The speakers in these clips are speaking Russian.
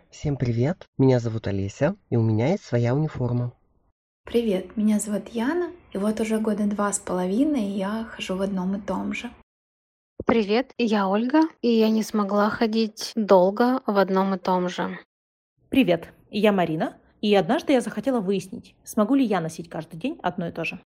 Всем привет, меня зовут Олеся, и у меня есть своя униформа. Привет, меня зовут Яна, и вот уже года 2,5 я хожу в одном и том же. Привет, я Ольга, и я не смогла ходить долго в одном и том же. Привет, я Марина, и однажды я захотела выяснить, смогу ли я носить каждый день одно и то же.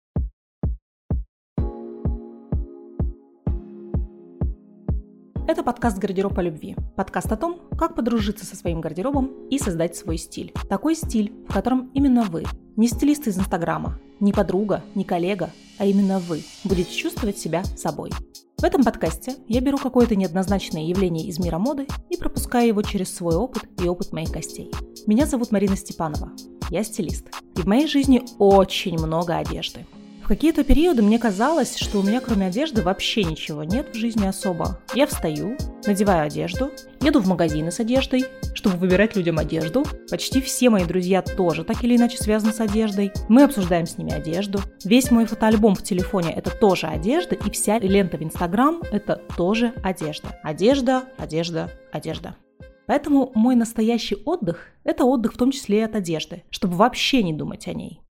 Это подкаст «Гардероб по любви». Подкаст о том, как подружиться со своим гардеробом и создать свой стиль. Такой стиль, в котором именно вы, не стилист из Инстаграма, не подруга, не коллега, а именно вы будете чувствовать себя собой. В этом подкасте я беру какое-то неоднозначное явление из мира моды и пропускаю его через свой опыт и опыт моих гостей. Меня зовут Марина Степанова, я стилист, и в моей жизни очень много одежды. В какие-то периоды мне казалось, что у меня кроме одежды вообще ничего нет в жизни особо. Я встаю, надеваю одежду, еду в магазины с одеждой, чтобы выбирать людям одежду. Почти все мои друзья тоже так или иначе связаны с одеждой. Мы обсуждаем с ними одежду. Весь мой фотоальбом в телефоне – это тоже одежда, и вся лента в Инстаграм – это тоже одежда. Одежда, одежда, одежда. Поэтому мой настоящий отдых – это отдых в том числе и от одежды, чтобы вообще не думать о ней.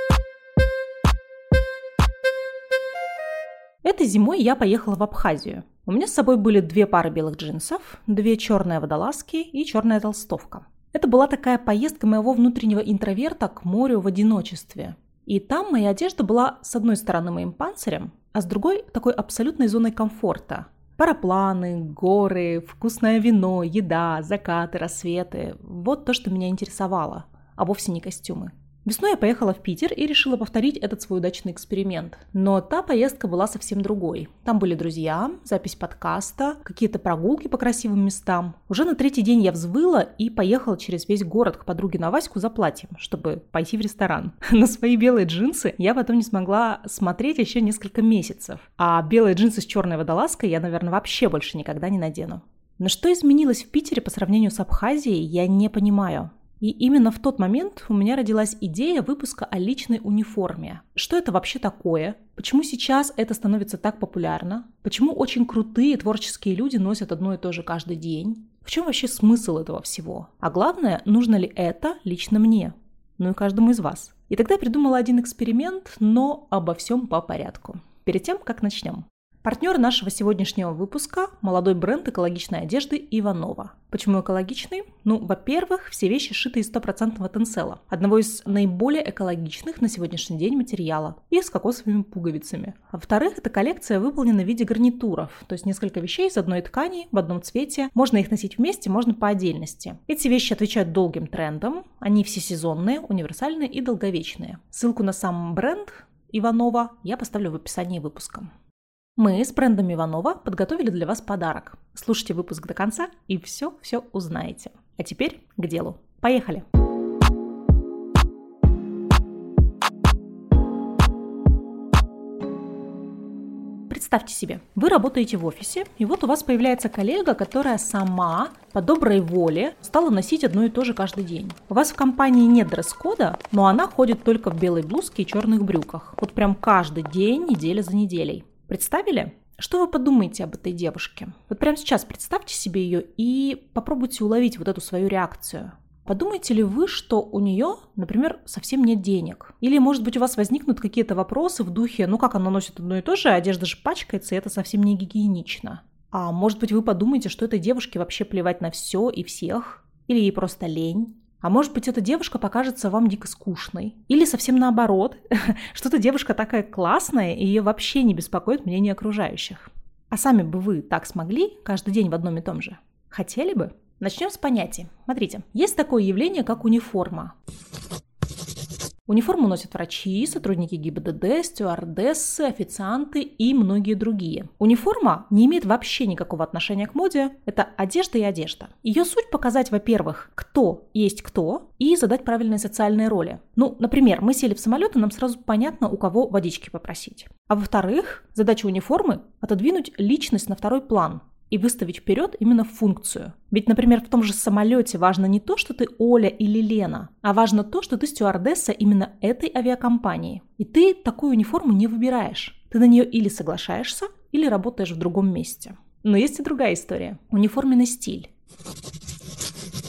Этой зимой я поехала в Абхазию. У меня с собой были 2 пары белых джинсов, 2 черные водолазки и черная толстовка. Это была такая поездка моего внутреннего интроверта к морю в одиночестве. И там моя одежда была с одной стороны моим панцирем, а с другой такой абсолютной зоной комфорта. Парапланы, горы, вкусное вино, еда, закаты, рассветы – вот то, что меня интересовало, а вовсе не костюмы. Весной я поехала в Питер и решила повторить этот свой удачный эксперимент. Но та поездка была совсем другой. Там были друзья, запись подкаста, какие-то прогулки по красивым местам. Уже на 3-й день я взвыла и поехала через весь город к подруге на Ваську за платьем, чтобы пойти в ресторан. На свои белые джинсы я потом не смогла смотреть еще несколько месяцев. А белые джинсы с черной водолазкой я, наверное, вообще больше никогда не надену. Но что изменилось в Питере по сравнению с Абхазией, я не понимаю. И именно в тот момент у меня родилась идея выпуска о личной униформе. Что это вообще такое? Почему сейчас это становится так популярно? Почему очень крутые творческие люди носят одно и то же каждый день? В чем вообще смысл этого всего? А главное, нужно ли это лично мне? Ну и каждому из вас. И тогда я придумала один эксперимент, но обо всем по порядку. Перед тем, как начнем. Партнер нашего сегодняшнего выпуска – молодой бренд экологичной одежды Иванова. Почему экологичный? Во-первых, все вещи шиты из 100% тенсела, одного из наиболее экологичных на сегодняшний день материала, и с кокосовыми пуговицами. А во-вторых, эта коллекция выполнена в виде гарнитуров, то есть несколько вещей из одной ткани, в одном цвете. Можно их носить вместе, можно по отдельности. Эти вещи отвечают долгим трендам, они всесезонные, универсальные и долговечные. Ссылку на сам бренд Иванова я поставлю в описании выпуска. Мы с брендом Иванова подготовили для вас подарок. Слушайте выпуск до конца и все узнаете. А теперь к делу. Поехали! Представьте себе, вы работаете в офисе, и вот у вас появляется коллега, которая сама по доброй воле стала носить одно и то же каждый день. У вас в компании нет дресс-кода, но она ходит только в белой блузке и черных брюках. Вот прям каждый день, неделя за неделей. Представили? Что вы подумаете об этой девушке? Вот прямо сейчас представьте себе ее и попробуйте уловить вот эту свою реакцию. Подумаете ли вы, что у нее, например, совсем нет денег? Или, может быть, у вас возникнут какие-то вопросы в духе, как она носит одно и то же, одежда же пачкается, и это совсем не гигиенично. А может быть, вы подумаете, что этой девушке вообще плевать на все и всех? Или ей просто лень? А может быть, эта девушка покажется вам дико скучной. Или совсем наоборот, что эта девушка такая классная, и ее вообще не беспокоит мнение окружающих. А сами бы вы так смогли каждый день в одном и том же? Хотели бы? Начнем с понятий. Смотрите, есть такое явление, как униформа. Униформу носят врачи, сотрудники ГИБДД, стюардессы, официанты и многие другие. Униформа не имеет вообще никакого отношения к моде. Это одежда и одежда. Ее суть показать, во-первых, кто есть кто, и задать правильные социальные роли. Например, мы сели в самолет, и нам сразу понятно, у кого водички попросить. А во-вторых, задача униформы – отодвинуть личность на второй план и выставить вперед именно функцию. Ведь, например, в том же самолете важно не то, что ты Оля или Лена, а важно то, что ты стюардесса именно этой авиакомпании. И ты такую униформу не выбираешь. Ты на нее или соглашаешься, или работаешь в другом месте. Но есть и другая история. Униформенный стиль.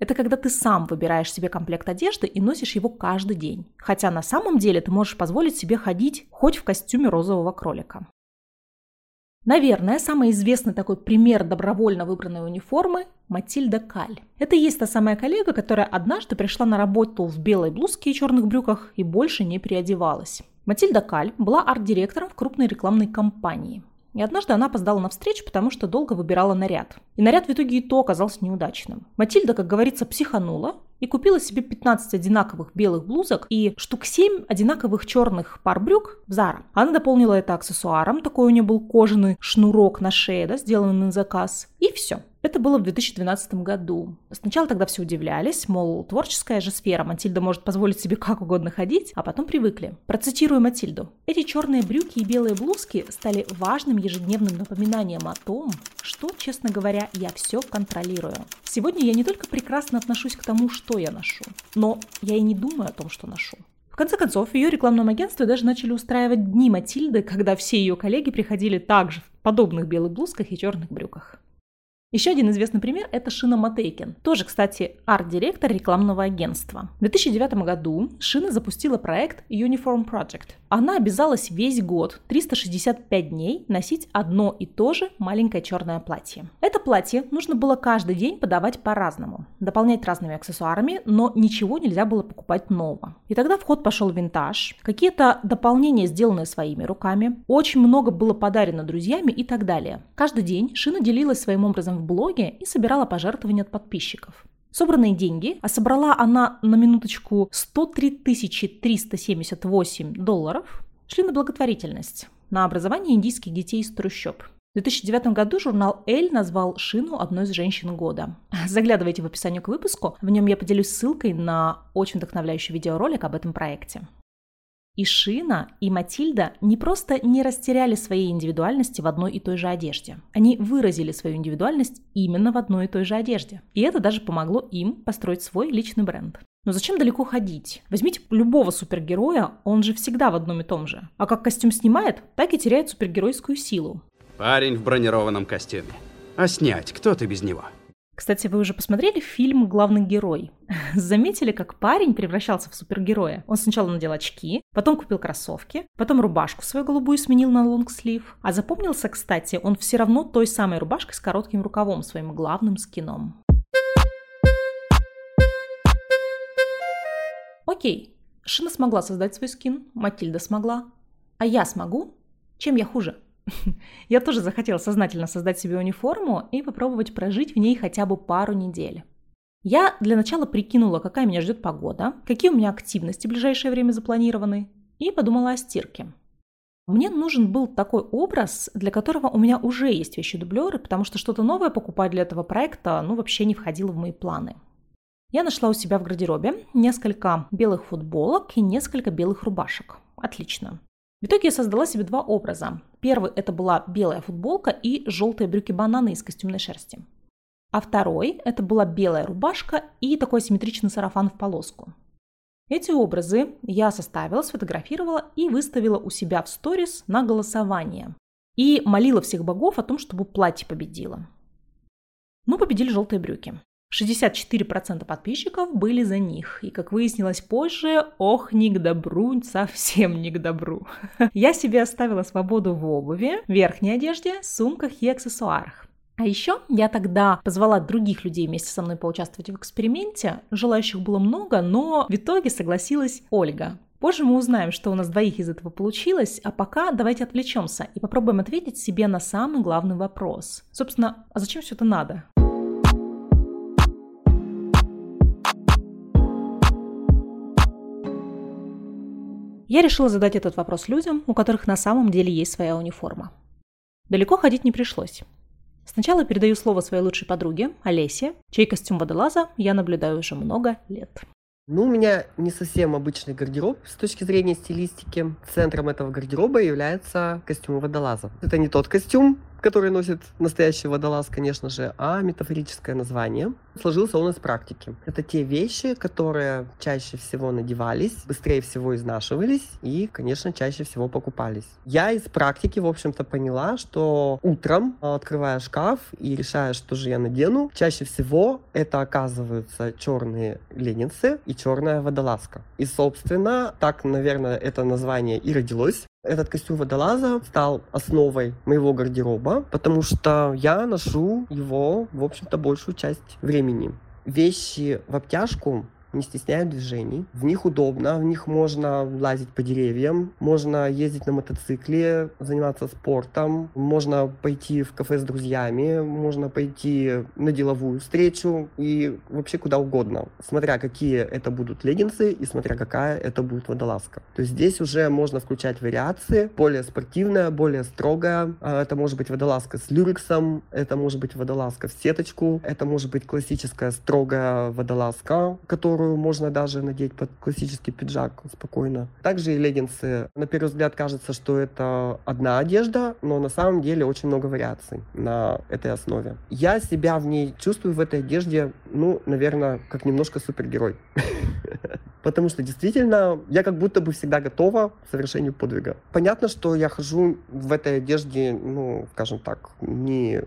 Это когда ты сам выбираешь себе комплект одежды и носишь его каждый день. Хотя на самом деле ты можешь позволить себе ходить хоть в костюме розового кролика. Наверное, самый известный такой пример добровольно выбранной униформы – Матильда Каль. Это и есть та самая коллега, которая однажды пришла на работу в белой блузке и черных брюках и больше не переодевалась. Матильда Каль была арт-директором в крупной рекламной кампании. И однажды она опоздала на встречу, потому что долго выбирала наряд. И наряд в итоге и то оказался неудачным. Матильда, как говорится, психанула и купила себе 15 одинаковых белых блузок и штук 7 одинаковых черных пар брюк в Zara. Она дополнила это аксессуаром, такой у нее был кожаный шнурок на шее, сделанный на заказ. И все. Это было в 2012 году. Сначала тогда все удивлялись, мол, творческая же сфера, Матильда может позволить себе как угодно ходить, а потом привыкли. Процитирую Матильду. Эти черные брюки и белые блузки стали важным ежедневным напоминанием о том, что, честно говоря, я все контролирую. Сегодня я не только прекрасно отношусь к тому, что я ношу, но я и не думаю о том, что ношу. В конце концов, в ее рекламном агентстве даже начали устраивать дни Матильды, когда все ее коллеги приходили также в подобных белых блузках и черных брюках. Еще один известный пример – это Шина Матейкин. Тоже, кстати, арт-директор рекламного агентства. В 2009 году Шина запустила проект Uniform Project. Она обязалась весь год, 365 дней, носить одно и то же маленькое черное платье. Это платье нужно было каждый день подавать по-разному, дополнять разными аксессуарами, но ничего нельзя было покупать нового. И тогда в ход пошел винтаж, какие-то дополнения, сделанные своими руками, очень много было подарено друзьями и так далее. Каждый день Шина делилась своим образом в блоге и собирала пожертвования от подписчиков. Собранные деньги, а собрала она на минуточку $103 378, шли на благотворительность, на образование индийских детей из трущоб. В 2009 году журнал Elle назвал Шину одной из женщин года. Заглядывайте в описание к выпуску, в нем я поделюсь ссылкой на очень вдохновляющий видеоролик об этом проекте. И Шина, и Матильда не просто не растеряли своей индивидуальности в одной и той же одежде. Они выразили свою индивидуальность именно в одной и той же одежде. И это даже помогло им построить свой личный бренд. Но зачем далеко ходить? Возьмите любого супергероя, он же всегда в одном и том же. А как костюм снимает, так и теряет супергеройскую силу. Парень в бронированном костюме. А снять кто ты без него? Кстати, вы уже посмотрели фильм «Главный герой»? Заметили, как парень превращался в супергероя? Он сначала надел очки, потом купил кроссовки, потом рубашку свою голубую сменил на лонгслив. А запомнился, кстати, он все равно той самой рубашкой с коротким рукавом, своим главным скином. Окей, Шина смогла создать свой скин, Матильда смогла. А я смогу? Чем я хуже? Я тоже захотела сознательно создать себе униформу и попробовать прожить в ней хотя бы пару недель. Я для начала прикинула, какая меня ждет погода, какие у меня активности в ближайшее время запланированы, и подумала о стирке. Мне нужен был такой образ, для которого у меня уже есть вещи-дублеры, потому что что-то новое покупать для этого проекта вообще не входило в мои планы. Я нашла у себя в гардеробе несколько белых футболок и несколько белых рубашек. Отлично. В итоге я создала себе два образа. Первый – это была белая футболка и желтые брюки-бананы из костюмной шерсти. А второй – это была белая рубашка и такой асимметричный сарафан в полоску. Эти образы я составила, сфотографировала и выставила у себя в сторис на голосование. И молила всех богов о том, чтобы платье победило. Победили желтые брюки. 64% подписчиков были за них. И, как выяснилось позже, не к добру, совсем не к добру. Я себе оставила свободу в обуви, верхней одежде, сумках и аксессуарах. А еще я тогда позвала других людей вместе со мной поучаствовать в эксперименте. Желающих было много, но в итоге согласилась Ольга. Позже мы узнаем, что у нас двоих из этого получилось, а пока давайте отвлечемся и попробуем ответить себе на самый главный вопрос. Собственно, а зачем все это надо? Я решила задать этот вопрос людям, у которых на самом деле есть своя униформа. Далеко ходить не пришлось. Сначала передаю слово своей лучшей подруге, Олесе, чей костюм водолаза я наблюдаю уже много лет. У меня не совсем обычный гардероб с точки зрения стилистики. Центром этого гардероба является костюм водолаза. Это не тот костюм, который носит настоящий водолаз, конечно же, а метафорическое название. Сложился он из практики. Это те вещи, которые чаще всего надевались, быстрее всего изнашивались и, конечно, чаще всего покупались. Я из практики, в общем-то, поняла, что утром, открывая шкаф и решая, что же я надену, чаще всего это оказываются черные леггинсы и черная водолазка. И, собственно, так, наверное, это название и родилось. Этот костюм водолаза стал основой моего гардероба, потому что я ношу его, в общем-то, большую часть времени. Вещи в обтяжку не стесняют движений. В них удобно, в них можно лазить по деревьям, можно ездить на мотоцикле, заниматься спортом, можно пойти в кафе с друзьями, можно пойти на деловую встречу и вообще куда угодно, смотря какие это будут леггинсы и смотря какая это будет водолазка. То есть здесь уже можно включать вариации, более спортивная, более строгая. Это может быть водолазка с люрексом, это может быть водолазка в сеточку, это может быть классическая строгая водолазка, которую можно даже надеть под классический пиджак спокойно. Также и леггинсы. На первый взгляд кажется, что это одна одежда, но на самом деле очень много вариаций на этой основе. Я себя в ней чувствую в этой одежде, наверное, как немножко супергерой. Потому что действительно я как будто бы всегда готова к совершению подвига. Понятно, что я хожу в этой одежде, скажем так, не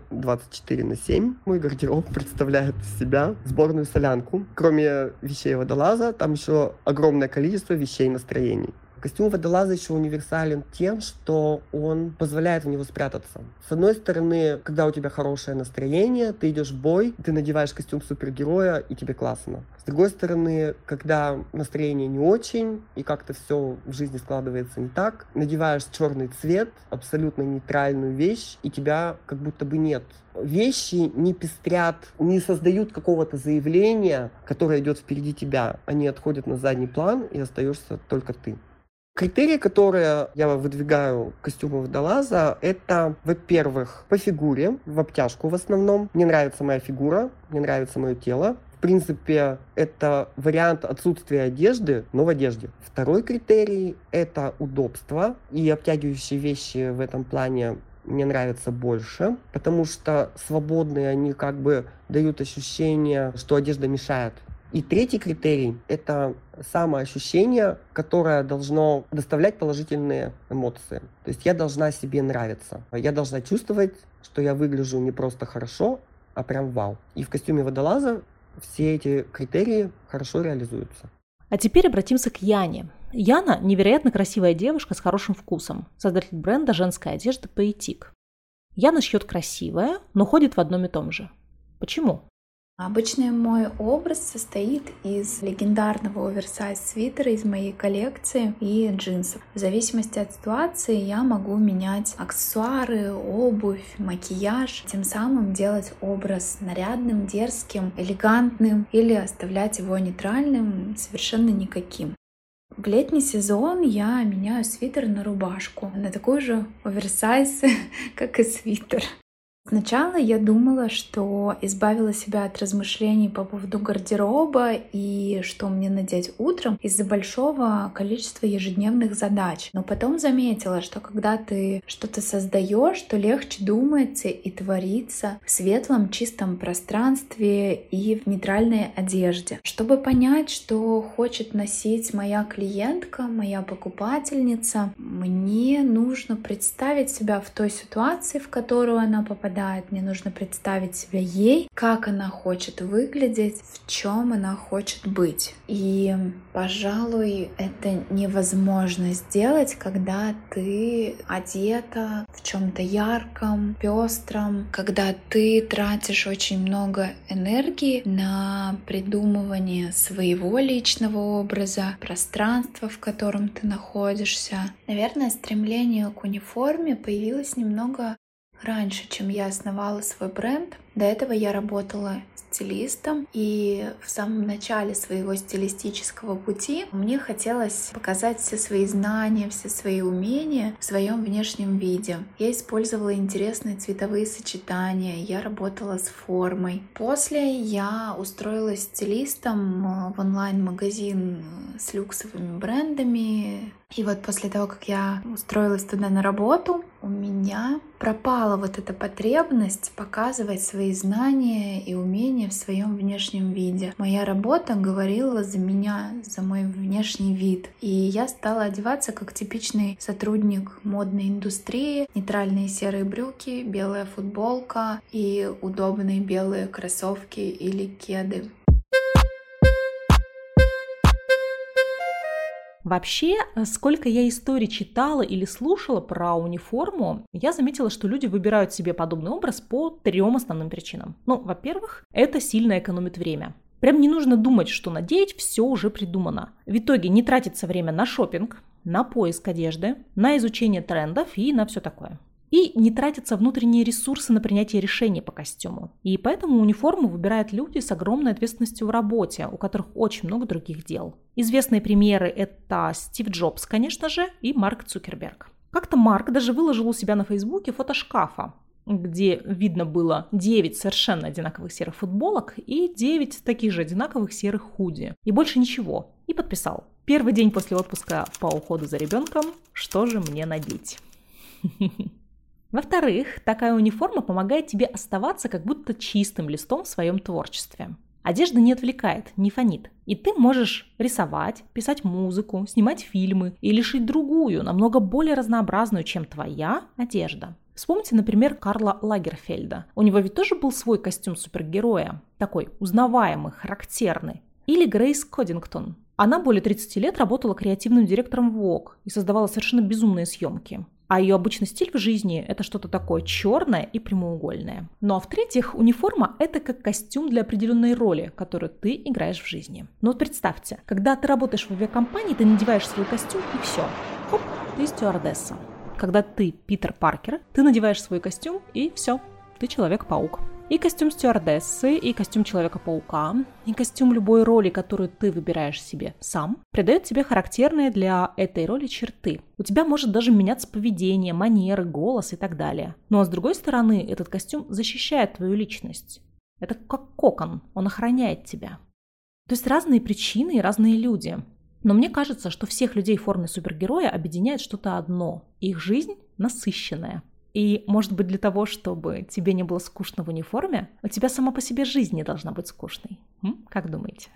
24/7. Мой гардероб представляет из себя сборную солянку. Кроме вещей водолаза, там еще огромное количество вещей настроений. Костюм водолаза еще универсален тем, что он позволяет в него спрятаться. С одной стороны, когда у тебя хорошее настроение, ты идешь в бой, ты надеваешь костюм супергероя, и тебе классно. С другой стороны, когда настроение не очень, и как-то все в жизни складывается не так, надеваешь черный цвет, абсолютно нейтральную вещь, и тебя как будто бы нет. Вещи не пестрят, не создают какого-то заявления, которое идет впереди тебя. Они отходят на задний план, и остаешься только ты. Критерии, которые я выдвигаю к костюму водолаза, это, во-первых, по фигуре, в обтяжку в основном. Мне нравится моя фигура, мне нравится мое тело. В принципе, это вариант отсутствия одежды, но в одежде. Второй критерий – это удобство. И обтягивающие вещи в этом плане мне нравятся больше, потому что свободные они как бы дают ощущение, что одежда мешает. И третий критерий – это самоощущение, которое должно доставлять положительные эмоции. То есть я должна себе нравиться. Я должна чувствовать, что я выгляжу не просто хорошо, а прям вау. И в костюме водолаза все эти критерии хорошо реализуются. А теперь обратимся к Яне. Яна – невероятно красивая девушка с хорошим вкусом, создатель бренда женской одежды Поэтик. Яна шьет красивое, но ходит в одном и том же. Почему? Обычно мой образ состоит из легендарного оверсайз-свитера из моей коллекции и джинсов. В зависимости от ситуации я могу менять аксессуары, обувь, макияж, тем самым делать образ нарядным, дерзким, элегантным или оставлять его нейтральным, совершенно никаким. В летний сезон я меняю свитер на рубашку, на такой же оверсайз, как и свитер. Сначала я думала, что избавила себя от размышлений по поводу гардероба и что мне надеть утром из-за большого количества ежедневных задач. Но потом заметила, что когда ты что-то создаешь, то легче думается и творится в светлом, чистом пространстве и в нейтральной одежде. Чтобы понять, что хочет носить моя клиентка, моя покупательница, мне нужно представить себя в той ситуации, в которую она попадает. Мне нужно представить себя ей, как она хочет выглядеть, в чем она хочет быть. И, пожалуй, это невозможно сделать, когда ты одета в чем-то ярком, пестром, когда ты тратишь очень много энергии на придумывание своего личного образа, пространства, в котором ты находишься. Наверное, стремление к униформе появилось немного раньше, чем я основала свой бренд. До этого я работала стилистом, и в самом начале своего стилистического пути мне хотелось показать все свои знания, все свои умения в своем внешнем виде. Я использовала интересные цветовые сочетания, я работала с формой. После я устроилась стилистом в онлайн-магазин с люксовыми брендами. И вот после того, как я устроилась туда на работу, у меня пропала вот эта потребность показывать свои знания и умения в своем внешнем виде. Моя работа говорила за меня, за мой внешний вид. И я стала одеваться как типичный сотрудник модной индустрии. Нейтральные серые брюки, белая футболка и удобные белые кроссовки или кеды. Вообще, сколько я историй читала или слушала про униформу, я заметила, что люди выбирают себе подобный образ по 3 основным причинам. Во-первых, это сильно экономит время. Прям не нужно думать, что надеть, все уже придумано. В итоге не тратится время на шопинг, на поиск одежды, на изучение трендов и на все такое. И не тратятся внутренние ресурсы на принятие решений по костюму. И поэтому униформу выбирают люди с огромной ответственностью в работе, у которых очень много других дел. Известные примеры – это Стив Джобс, конечно же, и Марк Цукерберг. Как-то Марк даже выложил у себя на Фейсбуке фото шкафа, где видно было 9 совершенно одинаковых серых футболок и 9 таких же одинаковых серых худи. И больше ничего. И подписал: «Первый день после отпуска по уходу за ребенком. Что же мне надеть?» Во-вторых, такая униформа помогает тебе оставаться как будто чистым листом в своем творчестве. Одежда не отвлекает, не фонит. И ты можешь рисовать, писать музыку, снимать фильмы или шить другую, намного более разнообразную, чем твоя одежда. Вспомните, например, Карла Лагерфельда. У него ведь тоже был свой костюм супергероя, такой узнаваемый, характерный. Или Грейс Кодингтон. Она более 30 лет работала креативным директором Vogue и создавала совершенно безумные съемки. А ее обычный стиль в жизни – это что-то такое черное и прямоугольное. Ну а в-третьих, униформа – это как костюм для определенной роли, которую ты играешь в жизни. Но вот представьте, когда ты работаешь в авиакомпании, ты надеваешь свой костюм и все. Хоп, ты стюардесса. Когда ты Питер Паркер, ты надеваешь свой костюм и все, ты Человек-паук. И костюм стюардессы, и костюм Человека-паука, и костюм любой роли, которую ты выбираешь себе сам, придает тебе характерные для этой роли черты. У тебя может даже меняться поведение, манеры, голос и так далее. Ну а с другой стороны, этот костюм защищает твою личность. Это как кокон, он охраняет тебя. То есть разные причины и разные люди. Но мне кажется, что всех людей в форме супергероя объединяет что-то одно. Их жизнь насыщенная. И, может быть, для того, чтобы тебе не было скучно в униформе, у тебя сама по себе жизнь не должна быть скучной. Как думаете?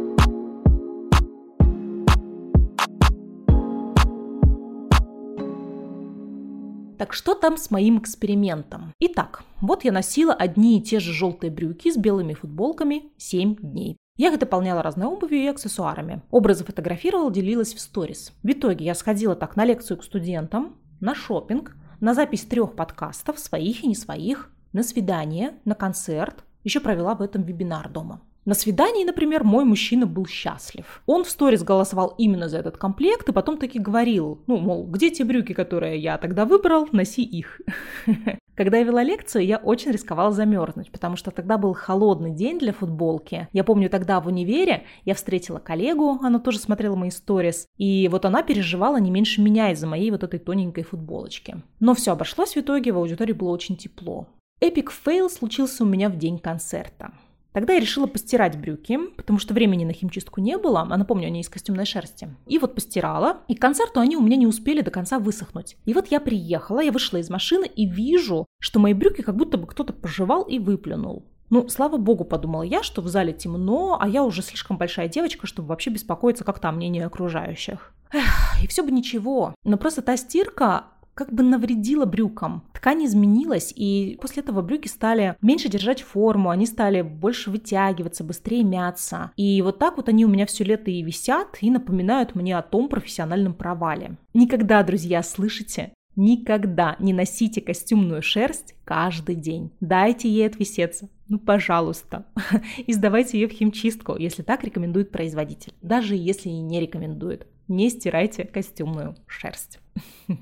Так что там с моим экспериментом? Итак, вот я носила одни и те же желтые брюки с белыми футболками 7 дней. Я их дополняла разной обувью и аксессуарами. Образы фотографировала, делилась в сторис. В итоге я сходила так на лекцию к студентам, на шопинг, на запись 3 подкастов, своих и не своих, на свидание, на концерт. Еще провела в этом вебинар дома. На свидании, например, мой мужчина был счастлив. Он в сторис голосовал именно за этот комплект и потом таки говорил, мол, где те брюки, которые я тогда выбрал, носи их. Когда я вела лекцию, я очень рисковала замерзнуть, потому что тогда был холодный день для футболки. Я помню, тогда в универе я встретила коллегу, она тоже смотрела мои сторис, и вот она переживала не меньше меня из-за моей вот этой тоненькой футболочки. Но все обошлось в итоге, в аудитории было очень тепло. Эпик фейл случился у меня в день концерта. Тогда я решила постирать брюки, потому что времени на химчистку не было, а напомню, они из костюмной шерсти. И вот постирала, и к концерту они у меня не успели до конца высохнуть. И вот я приехала, я вышла из машины и вижу, что мои брюки как будто бы кто-то пожевал и выплюнул. Слава богу, подумала я, что в зале темно, а я уже слишком большая девочка, чтобы вообще беспокоиться как-то о мнении окружающих. И все бы ничего, но просто та стирка как бы навредила брюкам. Ткань изменилась, и после этого брюки стали меньше держать форму, они стали больше вытягиваться, быстрее мяться. И вот так вот они у меня все лето и висят, и напоминают мне о том профессиональном провале. Никогда, друзья, слышите? Никогда не носите костюмную шерсть каждый день. Дайте ей отвисеться. Пожалуйста. И сдавайте ее в химчистку, если так рекомендует производитель. Даже если и не рекомендует. Не стирайте костюмную шерсть.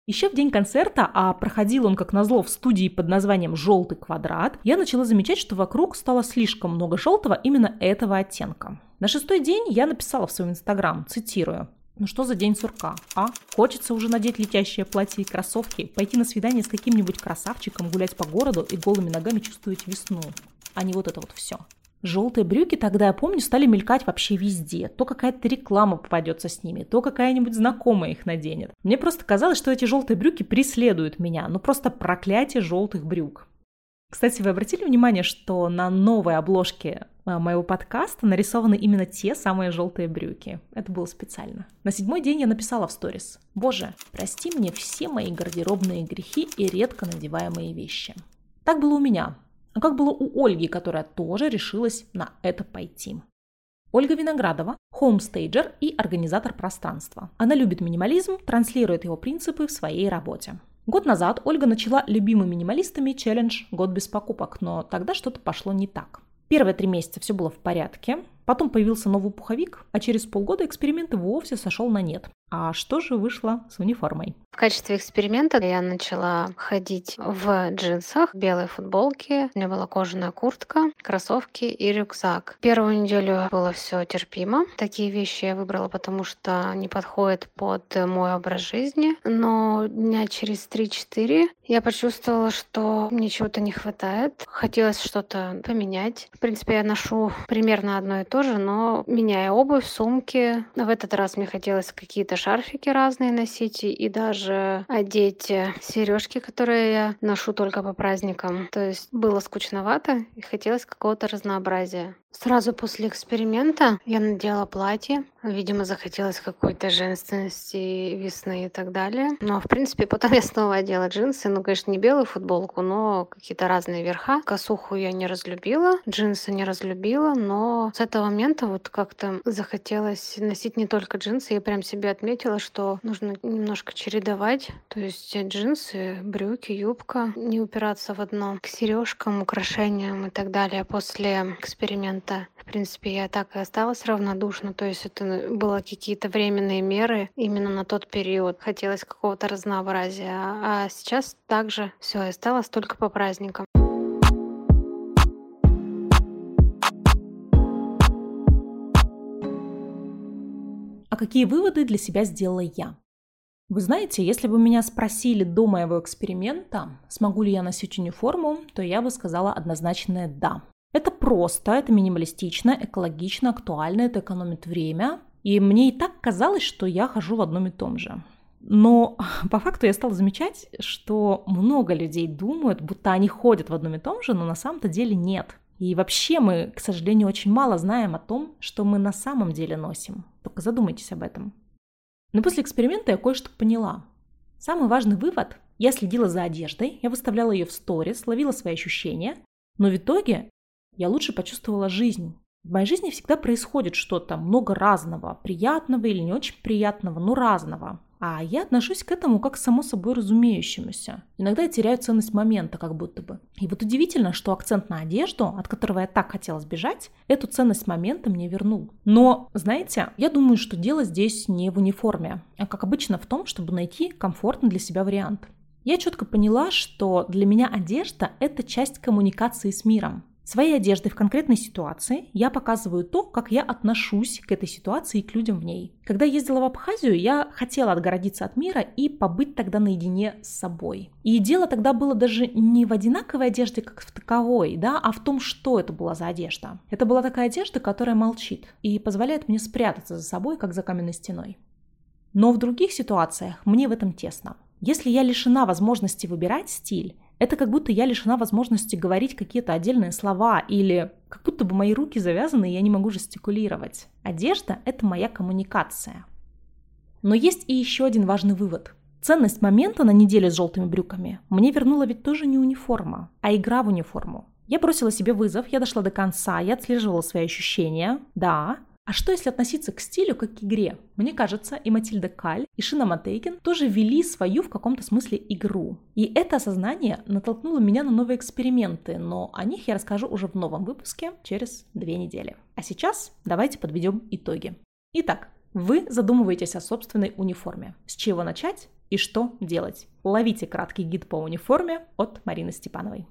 Еще в день концерта, а проходил он, как назло, в студии под названием «Желтый квадрат», я начала замечать, что вокруг стало слишком много желтого именно этого оттенка. На 6-й день я написала в своем инстаграм, цитирую: «Ну что за день сурка, а? Хочется уже надеть летящее платье и кроссовки, пойти на свидание с каким-нибудь красавчиком, гулять по городу и голыми ногами чувствовать весну, а не вот это вот все». Желтые брюки тогда, я помню, стали мелькать вообще везде. То какая-то реклама попадется с ними, то какая-нибудь знакомая их наденет. Мне просто казалось, что эти желтые брюки преследуют меня. Ну просто проклятие желтых брюк. Кстати, вы обратили внимание, что на новой обложке моего подкаста нарисованы именно те самые желтые брюки? Это было специально. На 7-й день я написала в сторис: «Боже, прости мне все мои гардеробные грехи и редко надеваемые вещи». Так было у меня. А как было у Ольги, которая тоже решилась на это пойти? Ольга Виноградова – хоумстейджер и организатор пространства. Она любит минимализм, транслирует его принципы в своей работе. Год назад Ольга начала любимыми минималистами челлендж «Год без покупок», но тогда что-то пошло не так. Первые 3 месяца все было в порядке, потом появился новый пуховик, а через полгода эксперимент вовсе сошел на нет. А что же вышло с униформой? В качестве эксперимента я начала ходить в джинсах, белой футболке. У меня была кожаная куртка, кроссовки и рюкзак. Первую неделю было все терпимо. Такие вещи я выбрала, потому что не подходят под мой образ жизни. Но дня через 3-4 я почувствовала, что мне чего-то не хватает. Хотелось что-то поменять. В принципе, я ношу примерно одно и то же, но меняя обувь, сумки. В этот раз мне хотелось какие-то шарфики разные носить и даже одеть сережки, которые я ношу только по праздникам. То есть было скучновато и хотелось какого-то разнообразия. Сразу после эксперимента я надела платье. Видимо, захотелось какой-то женственности, весны и так далее. Но, в принципе, потом я снова одела джинсы. Ну, конечно, не белую футболку, но какие-то разные верха. Косуху я не разлюбила, джинсы не разлюбила, но с этого момента вот как-то захотелось носить не только джинсы. Я прям себе отметила, что нужно немножко чередовать. То есть джинсы, брюки, юбка, не упираться в одно. К сережкам, украшениям и так далее. После эксперимента, в принципе, я так и осталась равнодушна. То есть это было какие-то временные меры именно на тот период. Хотелось какого-то разнообразия. А сейчас также все, осталось только по праздникам. А какие выводы для себя сделала я? Вы знаете, если бы меня спросили до моего эксперимента, смогу ли я носить униформу, то я бы сказала однозначное «да». Это просто, это минималистично, экологично, актуально, это экономит время. И мне и так казалось, что я хожу в одном и том же. Но по факту я стала замечать, что много людей думают, будто они ходят в одном и том же, но на самом-то деле нет. И вообще мы, к сожалению, очень мало знаем о том, что мы на самом деле носим. Только задумайтесь об этом. Но после эксперимента я кое-что поняла. Самый важный вывод – я следила за одеждой, я выставляла ее в сторис, ловила свои ощущения, но в итоге я лучше почувствовала жизнь. В моей жизни всегда происходит что-то много разного, приятного или не очень приятного, но разного. А я отношусь к этому как к само собой разумеющемуся. Иногда я теряю ценность момента, как будто бы. И вот удивительно, что акцент на одежду, от которого я так хотела сбежать, эту ценность момента мне вернул. Но, знаете, я думаю, что дело здесь не в униформе, а как обычно в том, чтобы найти комфортный для себя вариант. Я четко поняла, что для меня одежда – это часть коммуникации с миром. Своей одеждой в конкретной ситуации я показываю то, как я отношусь к этой ситуации и к людям в ней. Когда я ездила в Абхазию, я хотела отгородиться от мира и побыть тогда наедине с собой. И дело тогда было даже не в одинаковой одежде как в таковой, да, а в том, что это была за одежда. Это была такая одежда, которая молчит и позволяет мне спрятаться за собой, как за каменной стеной. Но в других ситуациях мне в этом тесно. Если я лишена возможности выбирать стиль, это как будто я лишена возможности говорить какие-то отдельные слова или как будто бы мои руки завязаны, и я не могу жестикулировать. Одежда – это моя коммуникация. Но есть и еще один важный вывод. Ценность момента на неделе с желтыми брюками мне вернула ведь тоже не униформа, а игра в униформу. Я бросила себе вызов, я дошла до конца, я отслеживала свои ощущения. Да. А что если относиться к стилю как к игре? Мне кажется, и Матильда Каль, и Шина Матейкин тоже вели свою в каком-то смысле игру. И это осознание натолкнуло меня на новые эксперименты, но о них я расскажу уже в новом выпуске через 2 недели. А сейчас давайте подведем итоги. Итак, вы задумываетесь о собственной униформе. С чего начать? и что делать. Ловите краткий гид по униформе от Марины Степановой.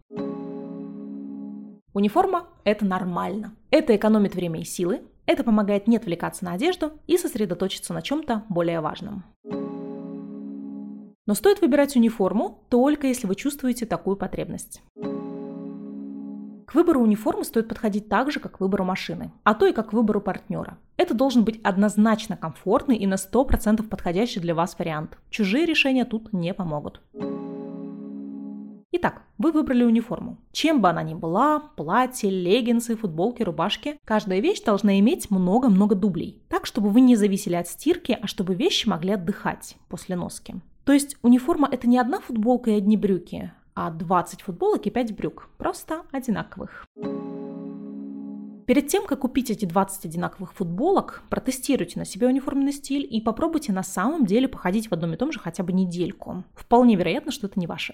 Униформа – это нормально. Это экономит время и силы, это помогает не отвлекаться на одежду и сосредоточиться на чем-то более важном. Но стоит выбирать униформу только если вы чувствуете такую потребность. К выбору униформы стоит подходить так же, как к выбору машины, а то и как к выбору партнера. Это должен быть однозначно комфортный и на 100% подходящий для вас вариант. Чужие решения тут не помогут. Итак, вы выбрали униформу. Чем бы она ни была, платье, леггинсы, футболки, рубашки, каждая вещь должна иметь много-много дублей. Так, чтобы вы не зависели от стирки, а чтобы вещи могли отдыхать после носки. То есть униформа – это не одна футболка и одни брюки, а 20 футболок и 5 брюк, просто одинаковых. Перед тем, как купить эти 20 одинаковых футболок, протестируйте на себе униформенный стиль и попробуйте на самом деле походить в одном и том же хотя бы недельку. Вполне вероятно, что это не ваше.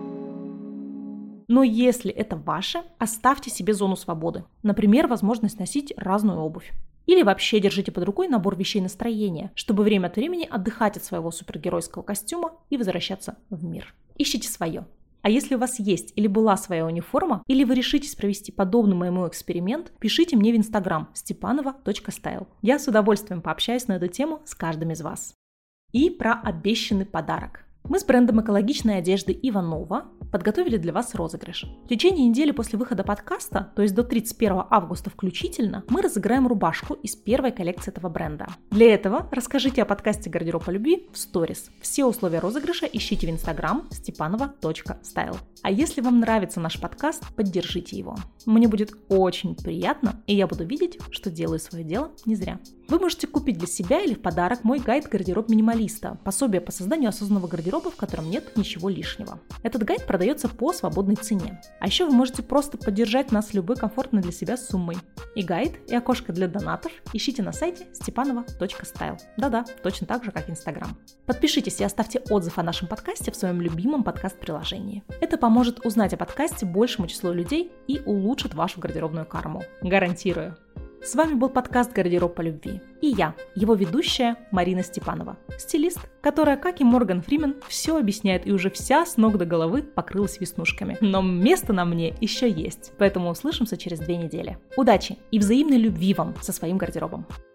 Но если это ваше, оставьте себе зону свободы. Например, возможность носить разную обувь. Или вообще держите под рукой набор вещей настроения, чтобы время от времени отдыхать от своего супергеройского костюма и возвращаться в мир. Ищите свое. А если у вас есть или была своя униформа, или вы решитесь провести подобный моему эксперимент, пишите мне в Instagram stepanova.style. Я с удовольствием пообщаюсь на эту тему с каждым из вас. И про обещанный подарок. Мы с брендом экологичной одежды Иванова подготовили для вас розыгрыш. В течение недели после выхода подкаста, то есть до 31 августа включительно, мы разыграем рубашку из первой коллекции этого бренда. Для этого расскажите о подкасте «Гардероб по любви» в сторис. Все условия розыгрыша ищите в Instagram stepanova.style. А если вам нравится наш подкаст, поддержите его. Мне будет очень приятно, и я буду видеть, что делаю свое дело не зря. Вы можете купить для себя или в подарок мой гайд «Гардероб минималиста», пособие по созданию осознанного гардероба, в котором нет ничего лишнего. Этот гайд продается по свободной цене. А еще вы можете просто поддержать нас любой комфортной для себя суммой. И гайд, и окошко для донатов ищите на сайте stepanova.style. Да-да, точно так же, как Instagram. Подпишитесь и оставьте отзыв о нашем подкасте в своем любимом подкаст-приложении. Это поможет узнать о подкасте большему числу людей и улучшит вашу гардеробную карму. Гарантирую. С вами был подкаст «Гардероб по любви». И я, его ведущая Марина Степанова, стилист, которая, как и Морган Фримен, все объясняет и уже вся с ног до головы покрылась веснушками. Но место на мне еще есть, поэтому услышимся через 2 недели. Удачи и взаимной любви вам со своим гардеробом.